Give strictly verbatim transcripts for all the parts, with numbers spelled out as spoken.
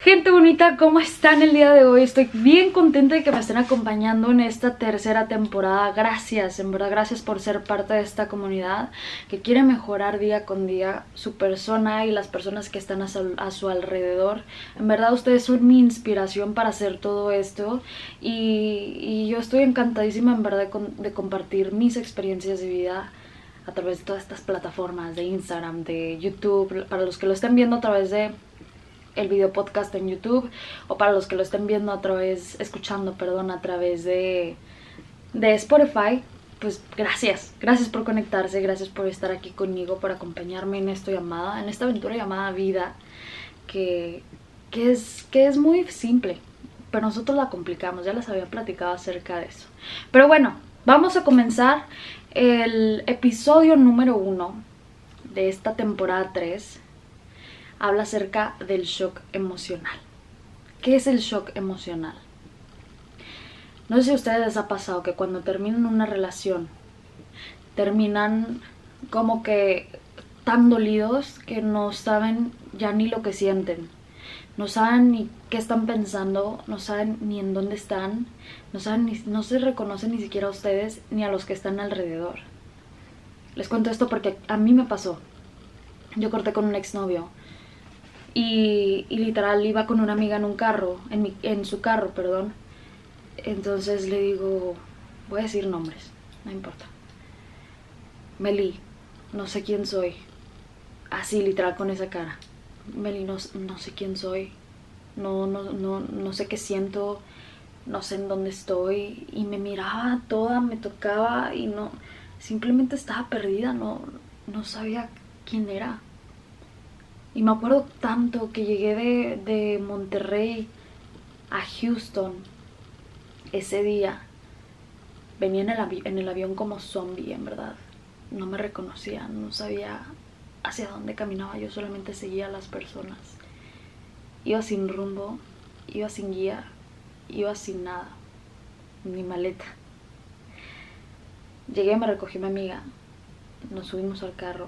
Gente bonita, ¿cómo están el día de hoy? Estoy bien contenta de que me estén acompañando en esta tercera temporada. Gracias, en verdad, gracias por ser parte de esta comunidad que quiere mejorar día con día su persona y las personas que están a su, a su alrededor. En verdad, ustedes son mi inspiración para hacer todo esto y, y yo estoy encantadísima, en verdad, de, de compartir mis experiencias de vida a través de todas estas plataformas de Instagram, de YouTube, para los que lo estén viendo a través de el video podcast en YouTube o para los que lo estén viendo a través, escuchando, perdón, a través de, de Spotify. Pues gracias, gracias por conectarse, gracias por estar aquí conmigo, por acompañarme en esta llamada, en esta aventura llamada vida, que, que, es, que es muy simple, pero nosotros la complicamos. Ya les había platicado acerca de eso. Pero bueno, vamos a comenzar el episodio número uno de esta temporada tres. Habla acerca del shock emocional. ¿Qué es el shock emocional? No sé si a ustedes les ha pasado que cuando terminan una relación terminan como que tan dolidos que no saben ya ni lo que sienten, no saben ni qué están pensando, no saben ni en dónde están, no saben ni, no se reconocen ni siquiera a ustedes ni a los que están alrededor. Les cuento esto porque a mí me pasó. Yo corté con un exnovio. Y, y literal iba con una amiga en un carro, en, mi, en su carro, perdón. Entonces le digo, voy a decir nombres, no importa. Meli, no sé quién soy. Así, literal, con esa cara. Meli, no, no sé quién soy. No, no, no, no sé qué siento. No sé en dónde estoy. Y me miraba toda, me tocaba y no, simplemente estaba perdida, no, no sabía quién era. Y me acuerdo tanto que llegué de, de Monterrey a Houston ese día. Venía en el, avi en el avión como zombie, en verdad. No me reconocía, no sabía hacia dónde caminaba. Yo solamente seguía a las personas. Iba sin rumbo, iba sin guía, iba sin nada, ni maleta. Llegué, me recogió mi amiga, nos subimos al carro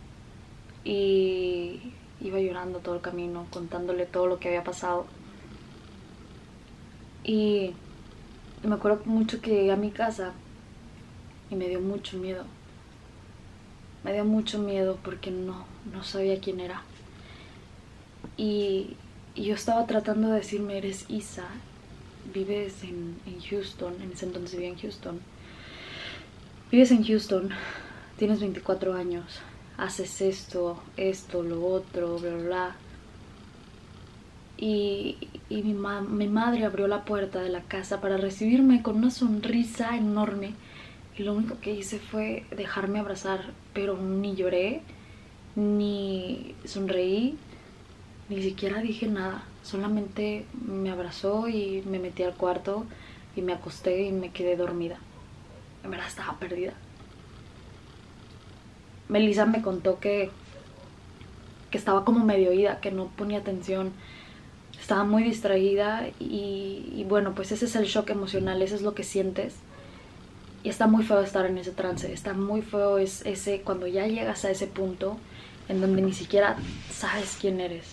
y iba llorando todo el camino, contándole todo lo que había pasado. Y me acuerdo mucho que llegué a mi casa y me dio mucho miedo. Me dio mucho miedo porque no, no sabía quién era. Y, y yo estaba tratando de decirme, eres Isa, vives en, en Houston, en ese entonces vivía en Houston. Vives en Houston, tienes veinticuatro años. Haces esto, esto, lo otro, bla, bla, bla. Y, y mi, ma mi madre abrió la puerta de la casa para recibirme con una sonrisa enorme. Y lo único que hice fue dejarme abrazar, pero ni lloré, ni sonreí, ni siquiera dije nada. Solamente me abrazó y me metí al cuarto y me acosté y me quedé dormida. En verdad estaba perdida. Melissa me contó que, que estaba como medio oída, que no ponía atención, estaba muy distraída y, y bueno, pues ese es el shock emocional, eso es lo que sientes. Y está muy feo estar en ese trance, está muy feo es ese cuando ya llegas a ese punto en donde ni siquiera sabes quién eres.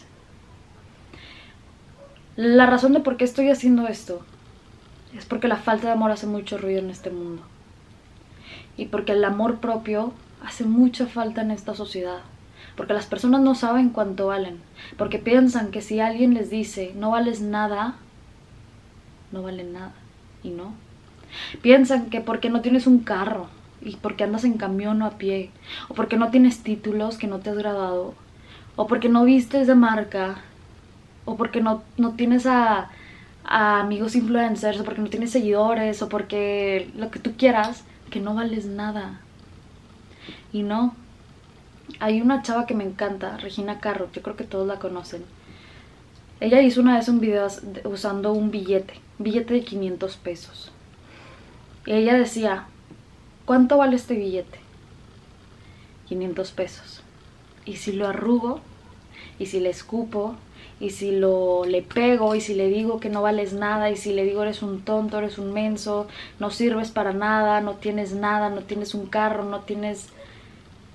La razón de por qué estoy haciendo esto es porque la falta de amor hace mucho ruido en este mundo. Y porque el amor propio hace mucha falta en esta sociedad. Porque las personas no saben cuánto valen. Porque piensan que si alguien les dice no vales nada, no valen nada. Y no. Piensan que porque no tienes un carro y porque andas en camión o a pie, o porque no tienes títulos que no te has graduado, o porque no vistes de marca, o porque no, no tienes a, a amigos influencers, o porque no tienes seguidores, o porque lo que tú quieras, que no vales nada. Y no, hay una chava que me encanta, Regina Carro, yo creo que todos la conocen. Ella hizo una vez un video usando un billete, un billete de quinientos pesos. Y ella decía, ¿cuánto vale este billete? quinientos pesos. Y si lo arrugo, y si le escupo, y si lo le pego, y si le digo que no vales nada, y si le digo eres un tonto, eres un menso, no sirves para nada, no tienes nada, no tienes un carro, no tienes...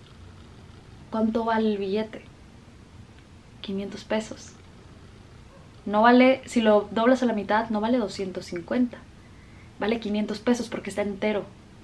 ¿Cuánto vale el billete? quinientos pesos. No vale, si lo doblas a la mitad, no vale doscientos cincuenta. Vale quinientos pesos porque está entero.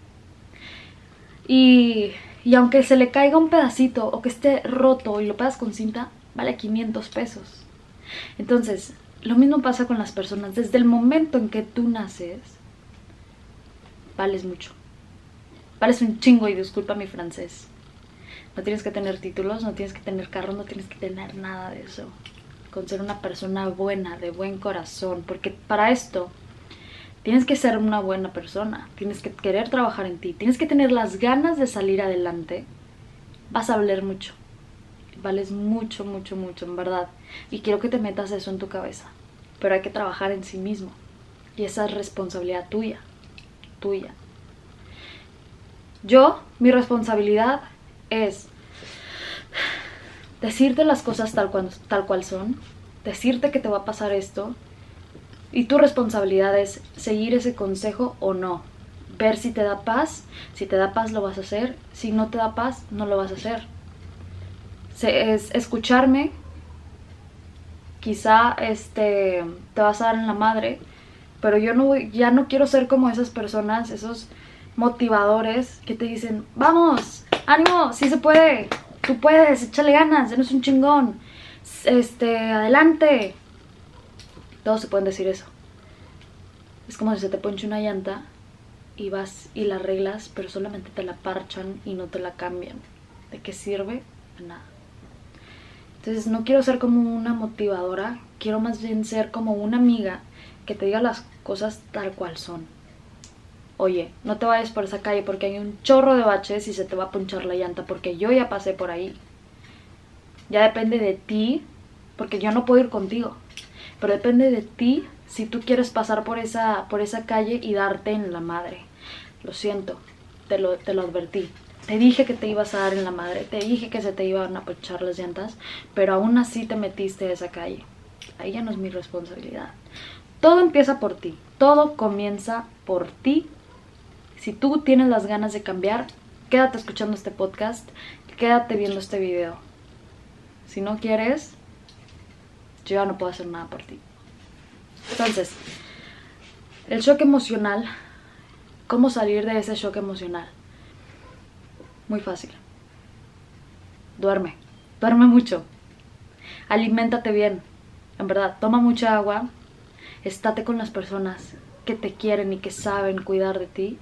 Y, y aunque se le caiga un pedacito o que esté roto y lo pegas con cinta, vale quinientos pesos. Entonces, lo mismo pasa con las personas. Desde el momento en que tú naces, vales mucho. Vales un chingo, y disculpa mi francés. No tienes que tener títulos, no tienes que tener carros, no tienes que tener nada de eso. Con ser una persona buena, de buen corazón. Porque para esto tienes que ser una buena persona. Tienes que querer trabajar en ti. Tienes que tener las ganas de salir adelante. Vas a valer mucho. Vales mucho, mucho, mucho, en verdad. Y quiero que te metas eso en tu cabeza. Pero hay que trabajar en sí mismo. Y esa es responsabilidad tuya. Tuya. Yo, mi responsabilidad es decirte las cosas tal cual, tal cual son. Decirte que te va a pasar esto. Y tu responsabilidad es seguir ese consejo o no. Ver si te da paz. Si te da paz lo vas a hacer. Si no te da paz no lo vas a hacer. Es escucharme. Quizá este, te vas a dar en la madre. Pero yo no, ya no quiero ser como esas personas. Esos motivadores que te dicen: vamos, ánimo, sí se puede. Tú puedes, échale ganas, eres un chingón. Este, adelante. Todos se pueden decir eso. Es como si se te ponche una llanta y vas y la arreglas, pero solamente te la parchan y no te la cambian. ¿De qué sirve? De nada. Entonces no quiero ser como una motivadora, quiero más bien ser como una amiga que te diga las cosas tal cual son. Oye, no te vayas por esa calle porque hay un chorro de baches y se te va a ponchar la llanta, porque yo ya pasé por ahí. Ya depende de ti, porque yo no puedo ir contigo. Pero depende de ti si tú quieres pasar por esa, por esa calle y darte en la madre. Lo siento, te lo, te lo advertí. Te dije que te ibas a dar en la madre, te dije que se te iban a ponchar las llantas, pero aún así te metiste a esa calle. Ahí ya no es mi responsabilidad. Todo empieza por ti, todo comienza por ti. Si tú tienes las ganas de cambiar, quédate escuchando este podcast, quédate viendo este video. Si no quieres, yo ya no puedo hacer nada por ti. Entonces, el shock emocional, ¿cómo salir de ese shock emocional? Muy fácil. Duerme, duerme mucho. Aliméntate bien, en verdad, toma mucha agua. Estate con las personas que te quieren y que saben cuidar de ti.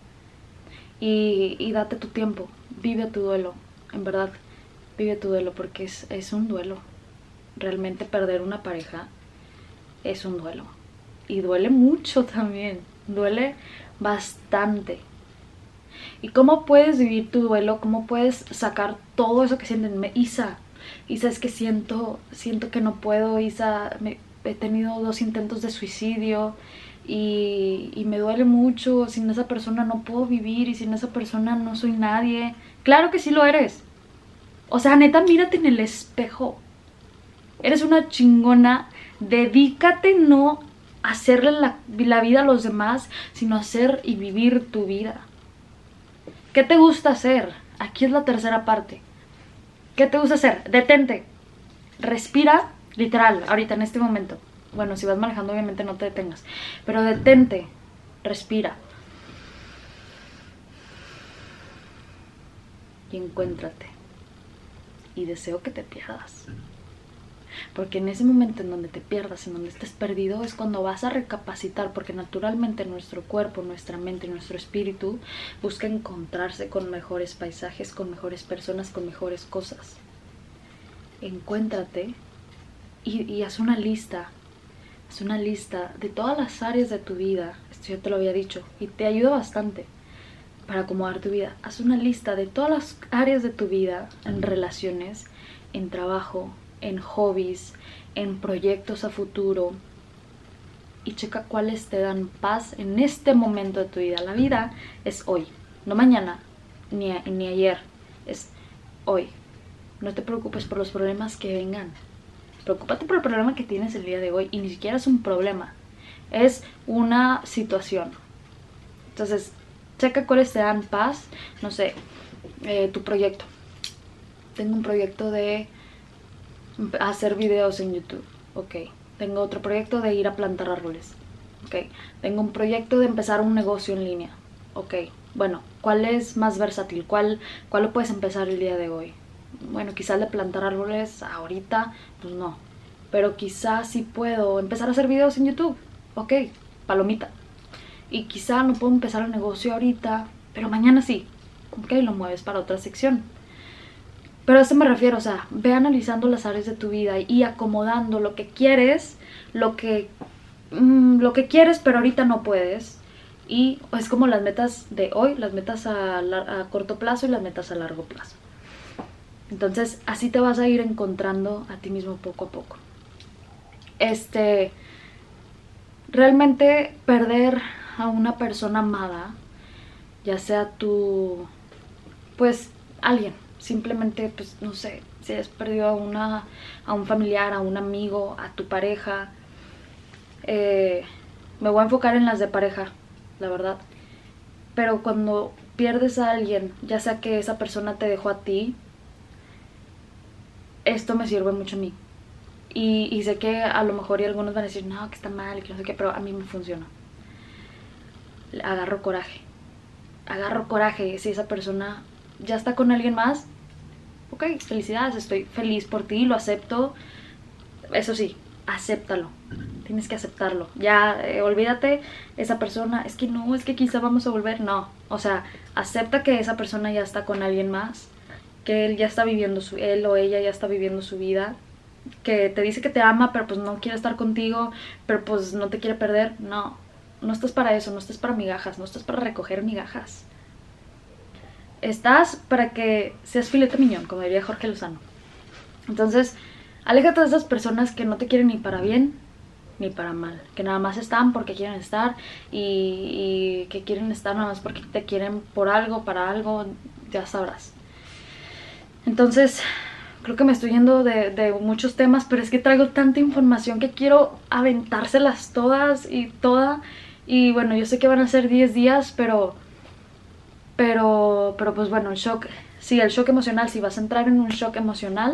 Y, y date tu tiempo, vive tu duelo, en verdad, vive tu duelo porque es, es un duelo. Realmente perder una pareja es un duelo. Y duele mucho también, duele bastante. ¿Y cómo puedes vivir tu duelo? ¿Cómo puedes sacar todo eso que sienten? Isa, Isa, es que siento, siento que no puedo, Isa, me, he tenido dos intentos de suicidio y, y me duele mucho. Sin esa persona no puedo vivir y sin esa persona no soy nadie. Claro que sí lo eres. O sea, neta, mírate en el espejo. Eres una chingona. Dedícate no a hacerle la, la vida a los demás, sino a hacer y vivir tu vida. ¿Qué te gusta hacer? Aquí es la tercera parte. ¿Qué te gusta hacer? Detente. Respira, literal, ahorita en este momento. Bueno, si vas manejando obviamente no te detengas. Pero detente. Respira. Y encuéntrate. Y deseo que te pierdas. Porque en ese momento en donde te pierdas, en donde estés perdido, es cuando vas a recapacitar, porque naturalmente nuestro cuerpo, nuestra mente y nuestro espíritu busca encontrarse con mejores paisajes, con mejores personas, con mejores cosas. Encuéntrate y, y haz una lista, haz una lista de todas las áreas de tu vida, esto ya te lo había dicho, y te ayuda bastante para acomodar tu vida. Haz una lista de todas las áreas de tu vida, en relaciones, en trabajo, en hobbies, en proyectos a futuro, y checa cuáles te dan paz en este momento de tu vida. La vida es hoy, no mañana, ni, a, ni ayer, es hoy. No te preocupes por los problemas que vengan, preocúpate por el problema que tienes el día de hoy, y ni siquiera es un problema, es una situación. Entonces, checa cuáles te dan paz. No sé, eh, tu proyecto. Tengo un proyecto de hacer videos en YouTube. Ok, tengo otro proyecto de ir a plantar árboles, ok, tengo un proyecto de empezar un negocio en línea, ok, bueno, ¿cuál es más versátil? ¿Cuál, cuál lo puedes empezar el día de hoy? Bueno, quizás de plantar árboles ahorita, pues no, pero quizás sí puedo empezar a hacer videos en YouTube, ok, palomita. Y quizá no puedo empezar el negocio ahorita, pero mañana sí, ok, lo mueves para otra sección. Pero a eso me refiero, o sea, ve analizando las áreas de tu vida y acomodando lo que quieres, lo que, mmm, lo que quieres pero ahorita no puedes. Y es como las metas de hoy, las metas a, a corto plazo y las metas a largo plazo. Entonces así te vas a ir encontrando a ti mismo poco a poco. Este, realmente perder a una persona amada, ya sea tu, pues alguien, simplemente, pues no sé, si has perdido a, una, a un familiar, a un amigo, a tu pareja, eh, me voy a enfocar en las de pareja, la verdad, pero cuando pierdes a alguien, ya sea que esa persona te dejó a ti, esto me sirve mucho a mí. Y, y sé que a lo mejor y algunos van a decir, no, que está mal y que no sé qué, pero a mí me funciona. Agarro coraje. Agarro coraje si esa persona ya está con alguien más. Ok, felicidades, estoy feliz por ti, lo acepto. Eso sí, acéptalo. Tienes que aceptarlo. Ya, eh, olvídate, esa persona, es que no, es que quizá vamos a volver. No, o sea, acepta que esa persona ya está con alguien más, que él ya está viviendo su, él o ella ya está viviendo su vida, que te dice que te ama, pero pues no quiere estar contigo, pero pues no te quiere perder. No, no estás para eso, no estás para migajas, no estás para recoger migajas. Estás para que seas filete miñón, como diría Jorge Lozano. Entonces, aléjate de esas personas que no te quieren ni para bien ni para mal, que nada más están porque quieren estar y, y que quieren estar nada más porque te quieren por algo, para algo, ya sabrás. Entonces, creo que me estoy yendo de, de muchos temas, pero es que traigo tanta información que quiero aventárselas todas y toda. Y bueno, yo sé que van a ser diez días, pero... Pero, pero pues bueno, el shock, sí, el shock emocional, si vas a entrar en un shock emocional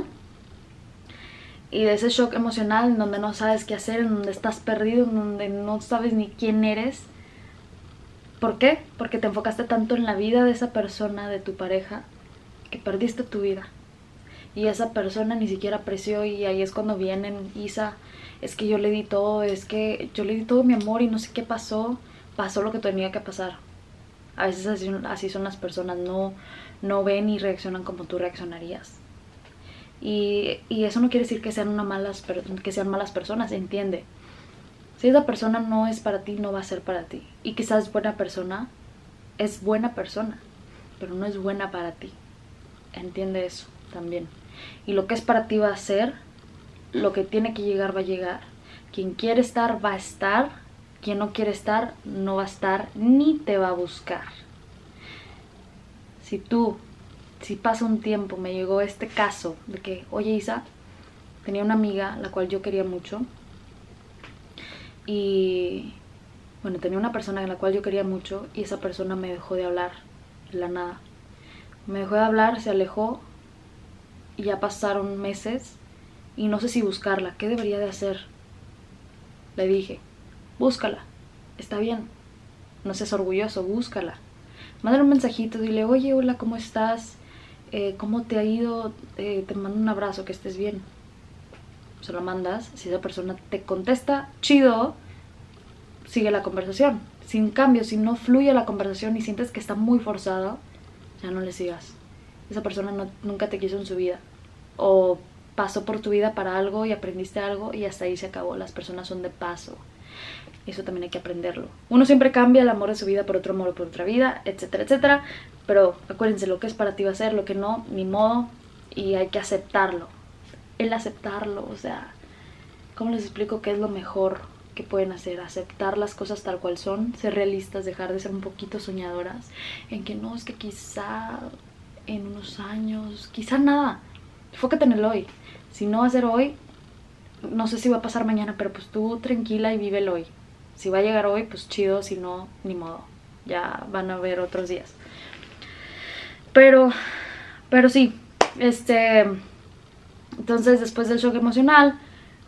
y de ese shock emocional en donde no sabes qué hacer, en donde estás perdido, en donde no sabes ni quién eres. ¿Por qué? Porque te enfocaste tanto en la vida de esa persona, de tu pareja, que perdiste tu vida. Y esa persona ni siquiera apreció y ahí es cuando vienen, Isa, es que yo le di todo, es que yo le di todo mi amor y no sé qué pasó, pasó lo que tenía que pasar. A veces así, así son las personas, no, no ven y reaccionan como tú reaccionarías. Y, y eso no quiere decir que sean, una malas, que sean malas personas, entiende. Si esa persona no es para ti, no va a ser para ti. Y quizás es buena persona, es buena persona, pero no es buena para ti. Entiende eso también. Y lo que es para ti va a ser, lo que tiene que llegar va a llegar. Quien quiere estar va a estar. Quien no quiere estar, no va a estar ni te va a buscar. Si tú, si pasa un tiempo, me llegó este caso de que, oye Isa, tenía una amiga la cual yo quería mucho. Y, bueno, tenía una persona en la cual yo quería mucho y esa persona me dejó de hablar de la nada. Me dejó de hablar, se alejó y ya pasaron meses y no sé si buscarla. ¿Qué debería de hacer? Le dije, búscala, está bien, no seas orgulloso, búscala. Mándale un mensajito, dile, oye, hola, ¿cómo estás? Eh, ¿Cómo te ha ido? Eh, te mando un abrazo, que estés bien. Se lo mandas, si esa persona te contesta, chido, sigue la conversación. Sin cambio, si no fluye la conversación y sientes que está muy forzado, ya no le sigas. Esa persona no, nunca te quiso en su vida. O pasó por tu vida para algo y aprendiste algo y hasta ahí se acabó. Las personas son de paso. Eso también hay que aprenderlo. Uno siempre cambia el amor de su vida por otro amor o por otra vida, etcétera, etcétera. Pero acuérdense, lo que es para ti va a ser, lo que no, ni modo. Y hay que aceptarlo. El aceptarlo, o sea, ¿cómo les explico qué es lo mejor que pueden hacer? Aceptar las cosas tal cual son, ser realistas, dejar de ser un poquito soñadoras. En que no, es que quizá en unos años, quizá nada. Enfócate en el hoy. Si no va a ser hoy, no sé si va a pasar mañana, pero pues tú tranquila y vive el hoy. Si va a llegar hoy, pues chido, si no, ni modo. Ya van a haber otros días. Pero, pero sí, este... Entonces, después del shock emocional,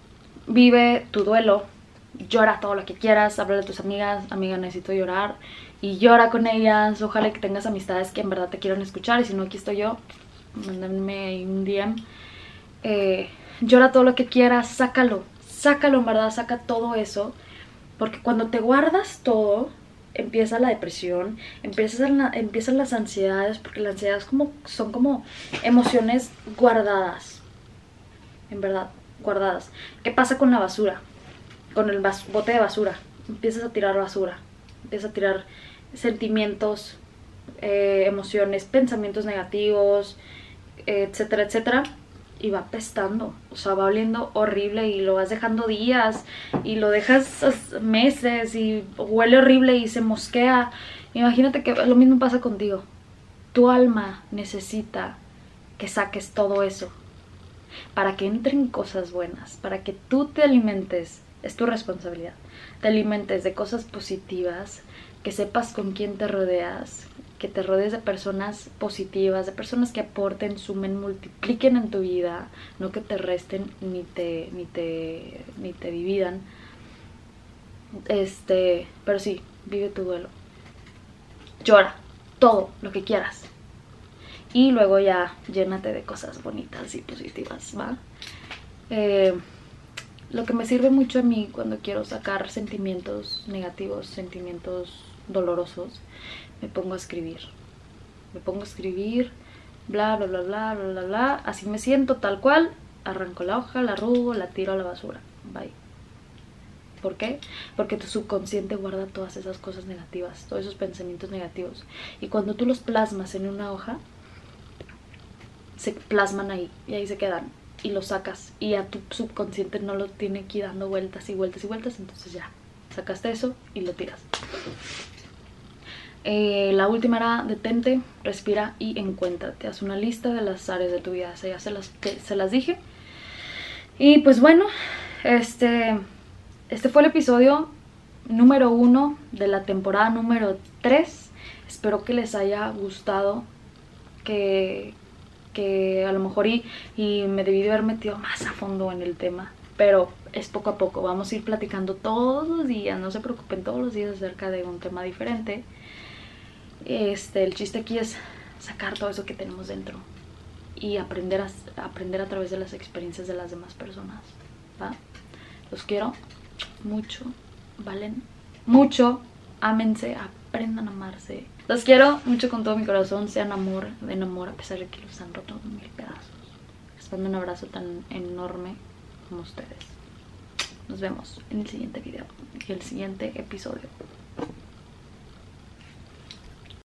vive tu duelo, llora todo lo que quieras, habla de tus amigas, amiga necesito llorar, y llora con ellas. Ojalá que tengas amistades que en verdad te quieran escuchar, y si no, aquí estoy yo, mándenme un D M. Eh, llora todo lo que quieras, sácalo, sácalo en verdad, saca todo eso, porque cuando te guardas todo, empieza la depresión, empiezan, la, empiezan las ansiedades, porque las ansiedades como, son como emociones guardadas, en verdad, guardadas. ¿Qué pasa con la basura? Con el bas bote de basura, empiezas a tirar basura, empiezas a tirar sentimientos, eh, emociones, pensamientos negativos, etcétera, etcétera, y va apestando, o sea, va oliendo horrible, y lo vas dejando días, y lo dejas meses, y huele horrible y se mosquea. Imagínate que lo mismo pasa contigo. Tu alma necesita que saques todo eso, para que entren cosas buenas, para que tú te alimentes. Es tu responsabilidad, te alimentes de cosas positivas, que sepas con quién te rodeas, que te rodees de personas positivas, de personas que aporten, sumen, multipliquen en tu vida, no que te resten ni te, ni te, ni te dividan. Este, pero sí, vive tu duelo, llora todo lo que quieras, y luego ya llénate de cosas bonitas y positivas, ¿va? Eh, Lo que me sirve mucho a mí cuando quiero sacar sentimientos negativos, sentimientos dolorosos, me pongo a escribir. Me pongo a escribir, bla, bla, bla, bla, bla, bla, bla. Así me siento tal cual, arranco la hoja, la arrugo, la tiro a la basura. Bye. ¿Por qué? Porque tu subconsciente guarda todas esas cosas negativas, todos esos pensamientos negativos. Y cuando tú los plasmas en una hoja, se plasman ahí y ahí se quedan. Y lo sacas, y a tu subconsciente no lo tiene que ir dando vueltas y vueltas y vueltas. Entonces ya, sacaste eso y lo tiras. Eh, la última era detente, respira y encuéntrate. Haz una lista de las áreas de tu vida. O sea, ya se las, se las dije. Y pues bueno, este, este fue el episodio número uno de la temporada número tres. Espero que les haya gustado, que... que a lo mejor y, y me debí de haber metido más a fondo en el tema, pero es poco a poco, vamos a ir platicando todos los días, no se preocupen, todos los días acerca de un tema diferente. Este, el chiste aquí es sacar todo eso que tenemos dentro y aprender a, aprender a través de las experiencias de las demás personas, ¿va? Los quiero mucho, valen mucho, ámense, aprendan a amarse. Los quiero mucho con todo mi corazón, sean amor, den amor a pesar de que los han roto en mil pedazos. Les mando un abrazo tan enorme como ustedes. Nos vemos en el siguiente video y el siguiente episodio.